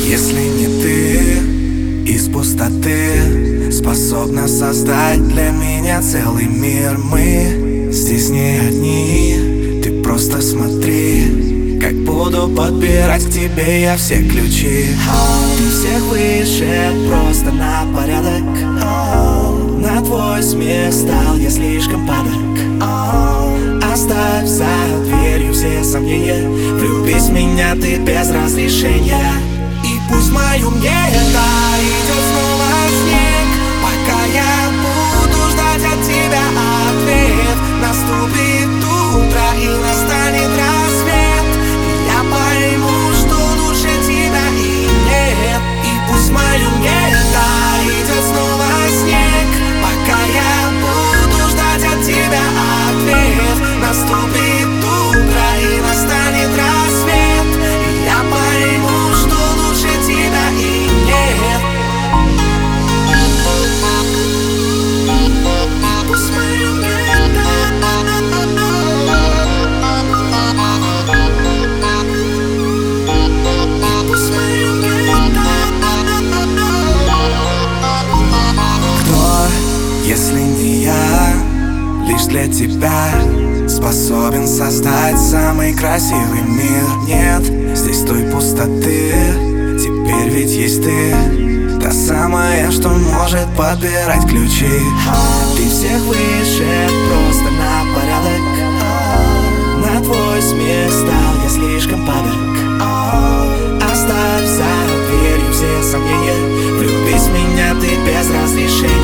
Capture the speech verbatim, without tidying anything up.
Если не ты, из пустоты способна создать для меня целый мир. Мы здесь не одни, ты просто смотри, как буду подбирать к тебе я все ключи. Ты всех выше, просто на порядок. На твой смех стал я слишком падок. Оставь за дверью все сомнения, влюбись в меня ты без разрешения. И пусть в моем где-то идет снова снег, пока я буду ждать от тебя ответ. Наступит утро и настанет рассвет, и я пойму, что лучше тебя и нет. И пусть в моем где-то идет снова снег, пока я буду ждать от тебя ответ. Наступит утро и настанет рассвет, и я пойму, что лучше тебя и нет. Пусть в моем где-то Пусть в моем где-то Кто, если не я, лишь для тебя способен создать самый красивый мир? Нет здесь той пустоты, теперь ведь есть ты, та самая, что может подбирать ключи. Ты всех выше, просто на порядок. На твой смех стал я слишком падок. Оставь за дверью все сомнения, влюбись в меня ты без разрешения.